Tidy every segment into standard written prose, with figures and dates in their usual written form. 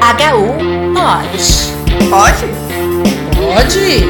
HU pode. Pode? Pode!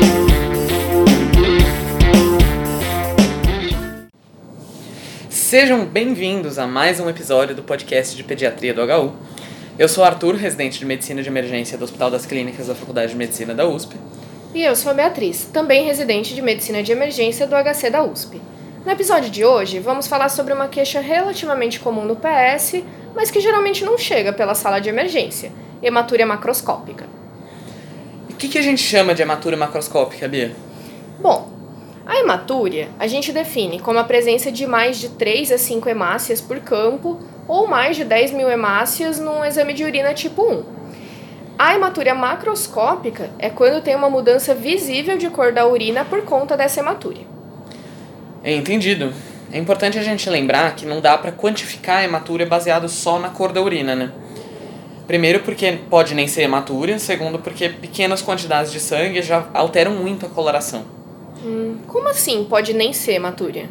Sejam bem-vindos a mais um episódio do podcast de Pediatria do HU. Eu sou Arthur, residente de Medicina de Emergência do Hospital das Clínicas da Faculdade de Medicina da USP. E eu sou a Beatriz, também residente de Medicina de Emergência do HC da USP. No episódio de hoje, vamos falar sobre uma queixa relativamente comum no PS, mas que geralmente não chega pela sala de emergência: hematúria macroscópica. E o que a gente chama de hematúria macroscópica, Bia? Bom, a hematúria a gente define como a presença de mais de 3 a 5 hemácias por campo ou mais de 10 mil hemácias num exame de urina tipo 1. A hematúria macroscópica é quando tem uma mudança visível de cor da urina por conta dessa hematúria. Entendido. É importante a gente lembrar que não dá para quantificar a hematúria baseado só na cor da urina, né? Primeiro porque pode nem ser hematúria, segundo porque pequenas quantidades de sangue já alteram muito a coloração. Como assim pode nem ser hematúria?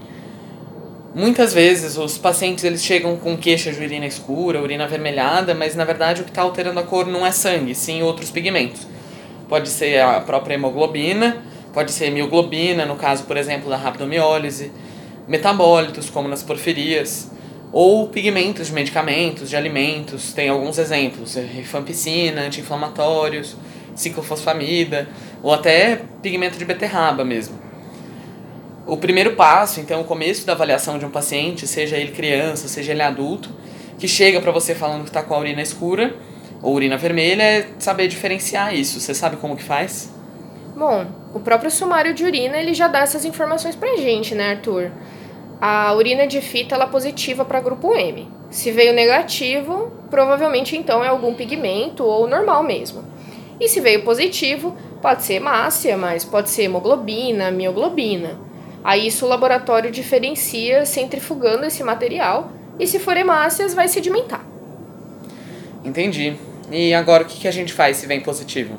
Muitas vezes os pacientes eles chegam com queixa de urina escura, urina avermelhada, mas na verdade o que está alterando a cor não é sangue, sim outros pigmentos. Pode ser a própria hemoglobina, pode ser mioglobina, no caso, por exemplo, da rabdomiólise, metabólitos, como nas porfirias, ou pigmentos de medicamentos, de alimentos, tem alguns exemplos, rifampicina, anti-inflamatórios, ciclofosfamida, ou até pigmento de beterraba mesmo. O primeiro passo, então, o começo da avaliação de um paciente, seja ele criança, seja ele adulto, que chega para você falando que está com a urina escura ou urina vermelha, é saber diferenciar isso. Você sabe como que faz? Bom, o próprio sumário de urina ele já dá essas informações pra gente, né, Arthur? A urina de fita ela é positiva para grupo M. Se veio negativo, provavelmente então é algum pigmento ou normal mesmo. E se veio positivo, pode ser hemácia, mas pode ser hemoglobina, mioglobina. Aí isso o laboratório diferencia centrifugando esse material e se for hemácias vai sedimentar. Entendi. E agora o que a gente faz se vem positivo?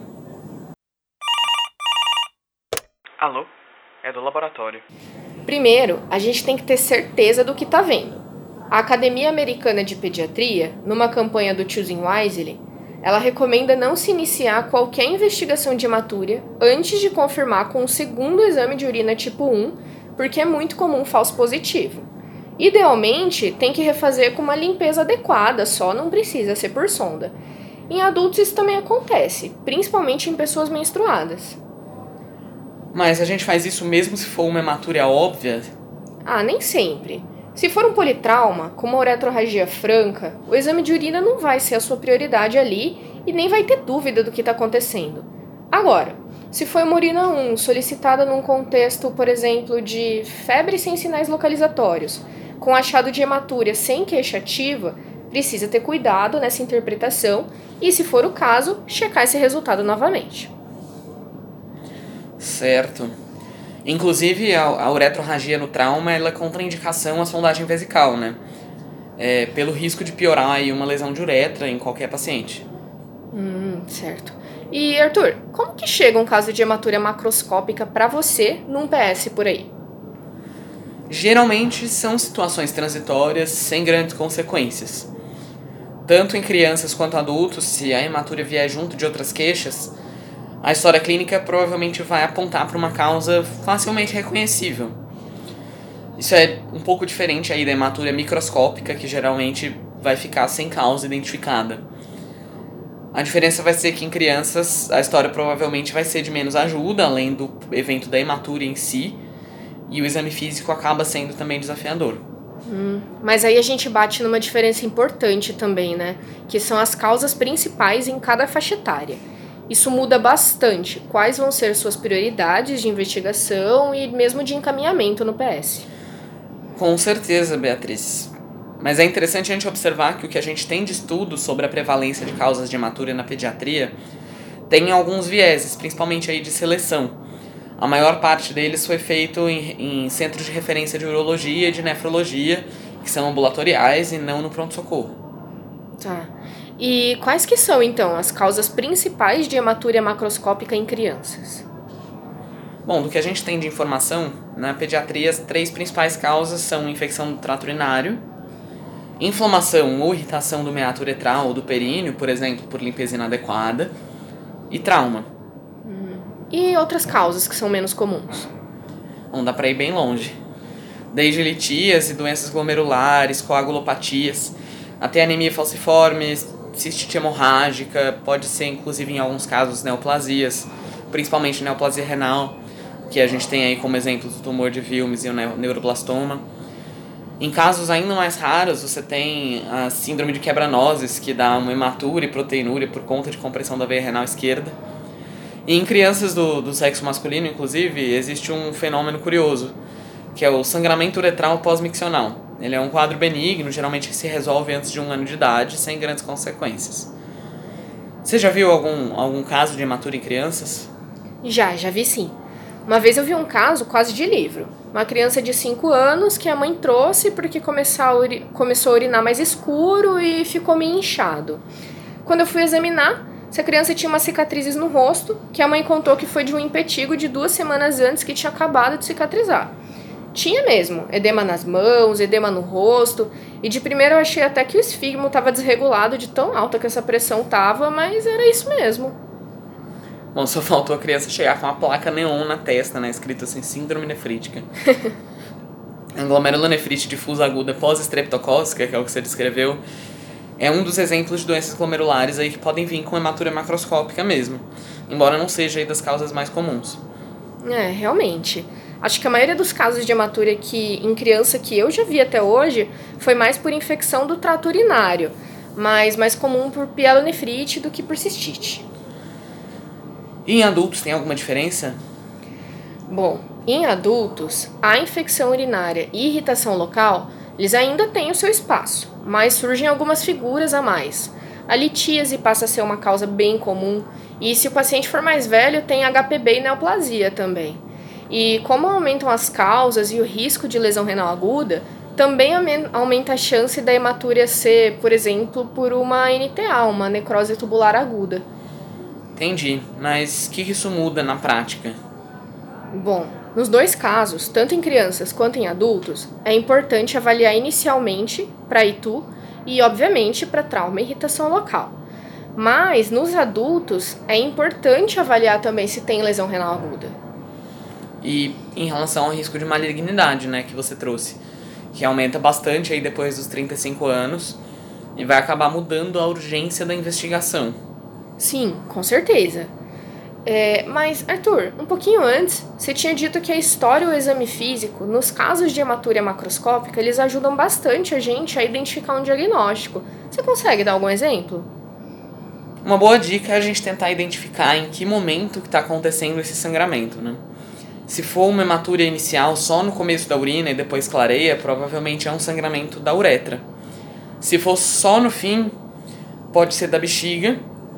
Alô? É do laboratório. Primeiro, a gente tem que ter certeza do que está vendo. A Academia Americana de Pediatria, numa campanha do Choosing Wisely, ela recomenda não se iniciar qualquer investigação de hematúria antes de confirmar com um segundo exame de urina tipo 1, porque é muito comum falso positivo. Idealmente, tem que refazer com uma limpeza adequada, só não precisa ser por sonda. Em adultos isso também acontece, principalmente em pessoas menstruadas. Mas a gente faz isso mesmo se for uma hematúria óbvia? Nem sempre. Se for um politrauma, com uma uretrorragia franca, o exame de urina não vai ser a sua prioridade ali e nem vai ter dúvida do que está acontecendo. Agora, se foi uma urina 1 solicitada num contexto, por exemplo, de febre sem sinais localizatórios, com achado de hematúria sem queixa ativa, precisa ter cuidado nessa interpretação e, se for o caso, checar esse resultado novamente. Certo. Inclusive, a uretrorragia no trauma ela é contraindicação à sondagem vesical, né? Pelo risco de piorar aí uma lesão de uretra em qualquer paciente. Certo. E, Arthur, como que chega um caso de hematúria macroscópica para você num PS por aí? Geralmente são situações transitórias sem grandes consequências. Tanto em crianças quanto adultos, se a hematúria vier junto de outras queixas, a história clínica provavelmente vai apontar para uma causa facilmente reconhecível. Isso é um pouco diferente aí da hematúria microscópica, que geralmente vai ficar sem causa identificada. A diferença vai ser que em crianças a história provavelmente vai ser de menos ajuda, além do evento da hematúria em si, e o exame físico acaba sendo também desafiador. Mas aí a gente bate numa diferença importante também, né? Que são as causas principais em cada faixa etária. Isso muda bastante quais vão ser suas prioridades de investigação e mesmo de encaminhamento no PS. Com certeza, Beatriz. Mas é interessante a gente observar que o que a gente tem de estudo sobre a prevalência de causas de hematúria na pediatria tem alguns vieses, principalmente aí de seleção. A maior parte deles foi feito em centros de referência de urologia e de nefrologia, que são ambulatoriais e não no pronto-socorro. Tá. E quais que são, então, as causas principais de hematúria macroscópica em crianças? Bom, do que a gente tem de informação, na pediatria as 3 principais causas são infecção do trato urinário, inflamação ou irritação do meato uretral ou do períneo, por exemplo, por limpeza inadequada, e trauma. E outras causas que são menos comuns? Não dá para ir bem longe. Desde litíase, doenças glomerulares, coagulopatias, até anemia falciforme, cistite hemorrágica, pode ser inclusive em alguns casos neoplasias, principalmente neoplasia renal, que a gente tem aí como exemplos o tumor de Wilms e o neuroblastoma. Em casos ainda mais raros, você tem a síndrome de quebra-nozes, que dá uma hematura e proteinúria por conta de compressão da veia renal esquerda. E em crianças do sexo masculino, inclusive, existe um fenômeno curioso, que é o sangramento uretral pós-miccional. Ele é um quadro benigno, geralmente se resolve antes de 1 ano de idade, sem grandes consequências. Você já viu algum caso de hematura em crianças? Já vi sim. Uma vez eu vi um caso quase de livro. Uma criança de 5 anos que a mãe trouxe porque começou a urinar mais escuro e ficou meio inchado. Quando eu fui examinar, essa criança tinha umas cicatrizes no rosto, que a mãe contou que foi de um impetigo de 2 semanas antes que tinha acabado de cicatrizar. Tinha mesmo, edema nas mãos, edema no rosto, e de primeiro eu achei até que o esfigmo estava desregulado de tão alta que essa pressão tava, mas era isso mesmo. Bom, só faltou a criança chegar com uma placa neon na testa, né, escrito assim, síndrome nefrítica. A glomerulonefrite difusa aguda pós-estreptocócica, que é o que você descreveu, é um dos exemplos de doenças glomerulares aí que podem vir com hematura macroscópica mesmo, embora não seja aí das causas mais comuns. Realmente. Acho que a maioria dos casos de hematura em criança que eu já vi até hoje foi mais por infecção do trato urinário, mas mais comum por pielonefrite do que por cistite. E em adultos tem alguma diferença? Bom, em adultos, a infecção urinária e irritação local, eles ainda têm o seu espaço, mas surgem algumas figuras a mais. A litíase passa a ser uma causa bem comum, e se o paciente for mais velho, tem HPB e neoplasia também. E como aumentam as causas e o risco de lesão renal aguda, também aumenta a chance da hematuria ser, por exemplo, por uma NTA, uma necrose tubular aguda. Entendi, mas o que isso muda na prática? Bom, nos dois casos, tanto em crianças quanto em adultos, é importante avaliar inicialmente para ITU e, obviamente, para trauma e irritação local. Mas, nos adultos, é importante avaliar também se tem lesão renal aguda. E em relação ao risco de malignidade, né, que você trouxe, que aumenta bastante aí depois dos 35 anos e vai acabar mudando a urgência da investigação. Sim, com certeza. Mas, Arthur, um pouquinho antes, você tinha dito que a história e o exame físico, nos casos de hematuria macroscópica, eles ajudam bastante a gente a identificar um diagnóstico. Você consegue dar algum exemplo? Uma boa dica é a gente tentar identificar em que momento que está acontecendo esse sangramento, né? Se for uma hematuria inicial só no começo da urina e depois clareia, provavelmente é um sangramento da uretra. Se for só no fim, pode ser da bexiga,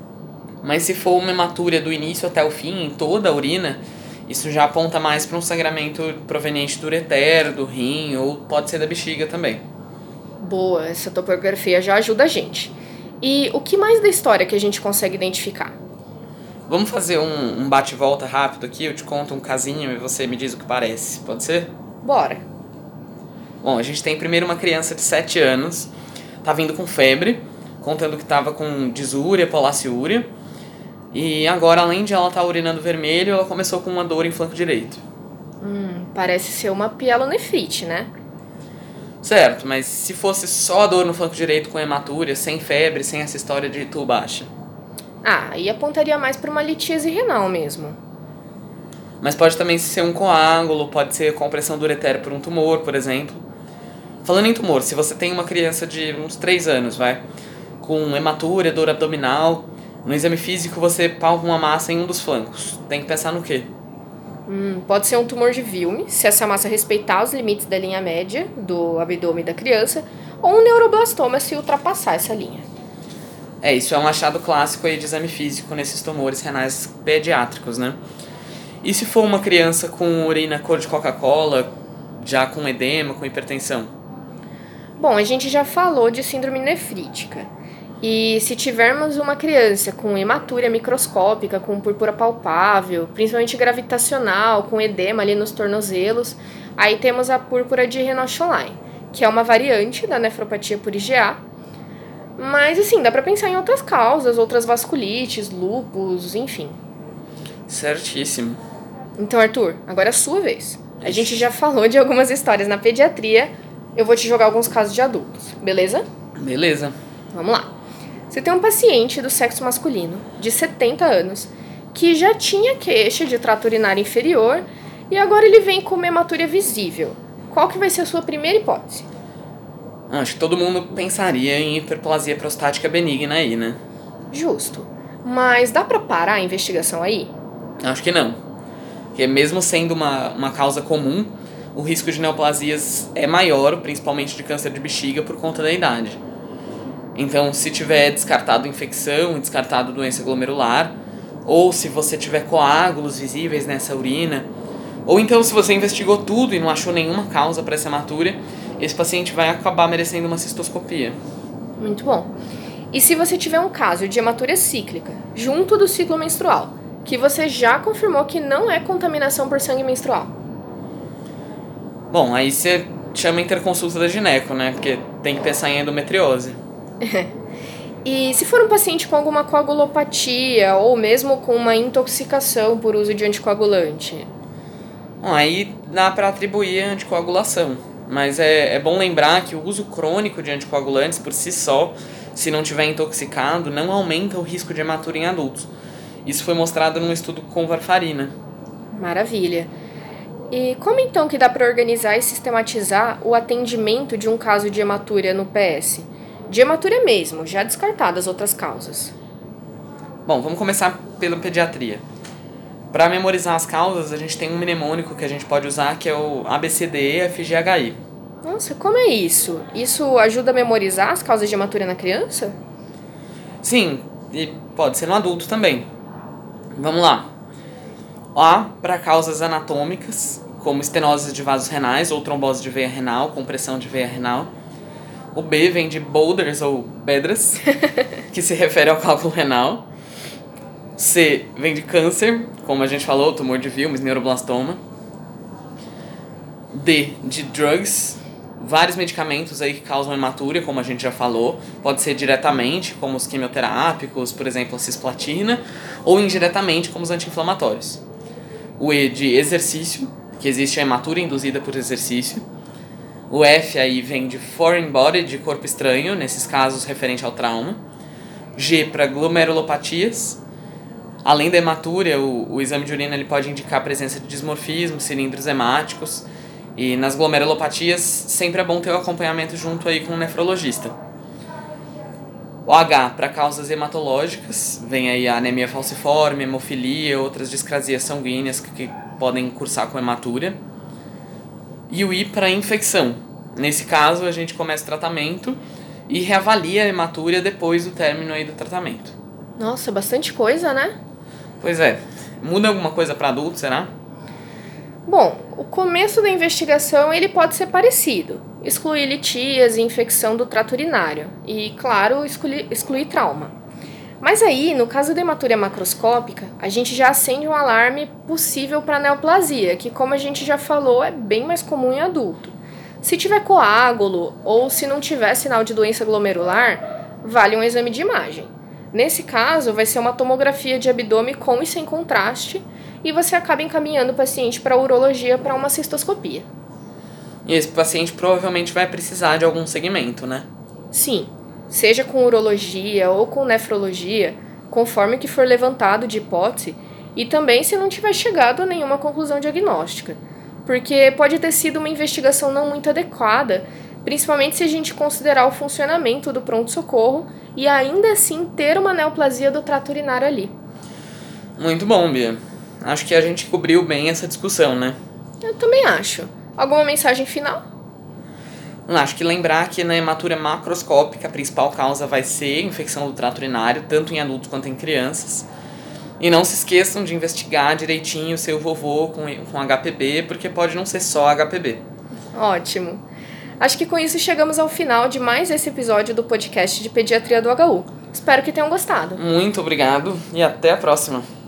mas se for uma hematuria do início até o fim, em toda a urina, isso já aponta mais para um sangramento proveniente do ureter, do rim, ou pode ser da bexiga também. Boa, essa topografia já ajuda a gente. E o que mais da história que a gente consegue identificar? Vamos fazer um bate-volta rápido aqui, eu te conto um casinho e você me diz o que parece, pode ser? Bora. Bom, a gente tem primeiro uma criança de 7 anos, tá vindo com febre, contando que tava com disúria, polaciúria, e agora, além de ela estar urinando vermelho, ela começou com uma dor em flanco direito. Parece ser uma pielonefrite, né? Certo, mas se fosse só a dor no flanco direito com hematúria, sem febre, sem essa história de ITU baixa? Aí apontaria mais para uma litíase renal mesmo. Mas pode também ser um coágulo, pode ser compressão do ureter por um tumor, por exemplo. Falando em tumor, se você tem uma criança de uns 3 anos, com hematúria, dor abdominal, no exame físico você palpa uma massa em um dos flancos. Tem que pensar no quê? Pode ser um tumor de Wilm, se essa massa respeitar os limites da linha média do abdômen da criança, ou um neuroblastoma se ultrapassar essa linha. Isso é um achado clássico aí de exame físico nesses tumores renais pediátricos, né? E se for uma criança com urina cor de Coca-Cola, já com edema, com hipertensão? Bom, a gente já falou de síndrome nefrítica. E se tivermos uma criança com hematúria microscópica, com púrpura palpável, principalmente gravitacional, com edema ali nos tornozelos, aí temos a púrpura de Raynaud-Schlein, que é uma variante da nefropatia por IgA. Mas, assim, dá pra pensar em outras causas, outras vasculites, lúpus, enfim. Certíssimo. Então, Arthur, agora é a sua vez. A gente já falou de algumas histórias na pediatria, eu vou te jogar alguns casos de adultos, beleza? Beleza. Vamos lá. Você tem um paciente do sexo masculino, de 70 anos, que já tinha queixa de trato urinário inferior e agora ele vem com uma hematúria visível. Qual que vai ser a sua primeira hipótese? Acho que todo mundo pensaria em hiperplasia prostática benigna aí, né? Justo. Mas dá pra parar a investigação aí? Acho que não. Porque mesmo sendo uma causa comum, o risco de neoplasias é maior, principalmente de câncer de bexiga, por conta da idade. Então, se tiver descartado infecção, descartado doença glomerular, ou se você tiver coágulos visíveis nessa urina, ou então se você investigou tudo e não achou nenhuma causa para essa hematúria, esse paciente vai acabar merecendo uma cistoscopia. Muito bom. E se você tiver um caso de hematúria cíclica, junto do ciclo menstrual, que você já confirmou que não é contaminação por sangue menstrual? Bom, aí você chama a interconsulta da gineco, né? Porque tem que pensar em endometriose. E se for um paciente com alguma coagulopatia ou mesmo com uma intoxicação por uso de anticoagulante? Bom, aí dá para atribuir a anticoagulação. Mas é bom lembrar que o uso crônico de anticoagulantes por si só, se não tiver intoxicado, não aumenta o risco de hematura em adultos. Isso foi mostrado num estudo com varfarina. Maravilha. E como então que dá para organizar e sistematizar o atendimento de um caso de hematúria no PS? De hematúria mesmo, já descartadas outras causas. Bom, vamos começar pela pediatria. Para memorizar as causas, a gente tem um mnemônico que a gente pode usar, que é o ABCDEFGHI. Nossa, como é isso? Isso ajuda a memorizar as causas de hematúria na criança? Sim, e pode ser no adulto também. Vamos lá. A para causas anatômicas, como estenose de vasos renais ou trombose de veia renal, compressão de veia renal. O B vem de boulders ou pedras, que se refere ao cálculo renal. C vem de câncer, como a gente falou, tumor de Wilms, neuroblastoma. D de drugs, vários medicamentos aí que causam hematúria, como a gente já falou. Pode ser diretamente, como os quimioterápicos, por exemplo, a cisplatina, ou indiretamente, como os anti-inflamatórios. O E de exercício, que existe a hematúria induzida por exercício. O F aí vem de foreign body, de corpo estranho, nesses casos referente ao trauma. G para glomerulopatias. Além da hematúria, o exame de urina ele pode indicar a presença de dismorfismo, cilindros hemáticos. E nas glomerulopatias sempre é bom ter o acompanhamento junto aí com o nefrologista. O H para causas hematológicas, vem aí a anemia falciforme, hemofilia, outras discrasias sanguíneas que podem cursar com hematúria. E o I para infecção. Nesse caso, a gente começa o tratamento e reavalia a hematúria depois do término aí do tratamento. Nossa, bastante coisa, né? Pois é. Muda alguma coisa para adulto, será? Bom, o começo da investigação ele pode ser parecido. Excluir litíase e infecção do trato urinário. E, claro, excluir trauma. Mas aí, no caso da hematúria macroscópica, a gente já acende um alarme possível para neoplasia, que, como a gente já falou, é bem mais comum em adulto. Se tiver coágulo ou se não tiver sinal de doença glomerular, vale um exame de imagem. Nesse caso, vai ser uma tomografia de abdômen com e sem contraste e você acaba encaminhando o paciente para a urologia para uma cistoscopia. E esse paciente provavelmente vai precisar de algum segmento, né? Sim, seja com urologia ou com nefrologia, conforme o que for levantado de hipótese, e também se não tiver chegado a nenhuma conclusão diagnóstica, porque pode ter sido uma investigação não muito adequada, principalmente se a gente considerar o funcionamento do pronto-socorro e ainda assim ter uma neoplasia do trato urinário ali. Muito bom, Bia. Acho que a gente cobriu bem essa discussão, né? Eu também acho. Alguma mensagem final? Acho que lembrar que na hematúria macroscópica a principal causa vai ser infecção do trato urinário, tanto em adultos quanto em crianças. E não se esqueçam de investigar direitinho o seu vovô com HPB, porque pode não ser só HPB. Ótimo. Acho que com isso chegamos ao final de mais esse episódio do podcast de Pediatria do HU. Espero que tenham gostado. Muito obrigado e até a próxima.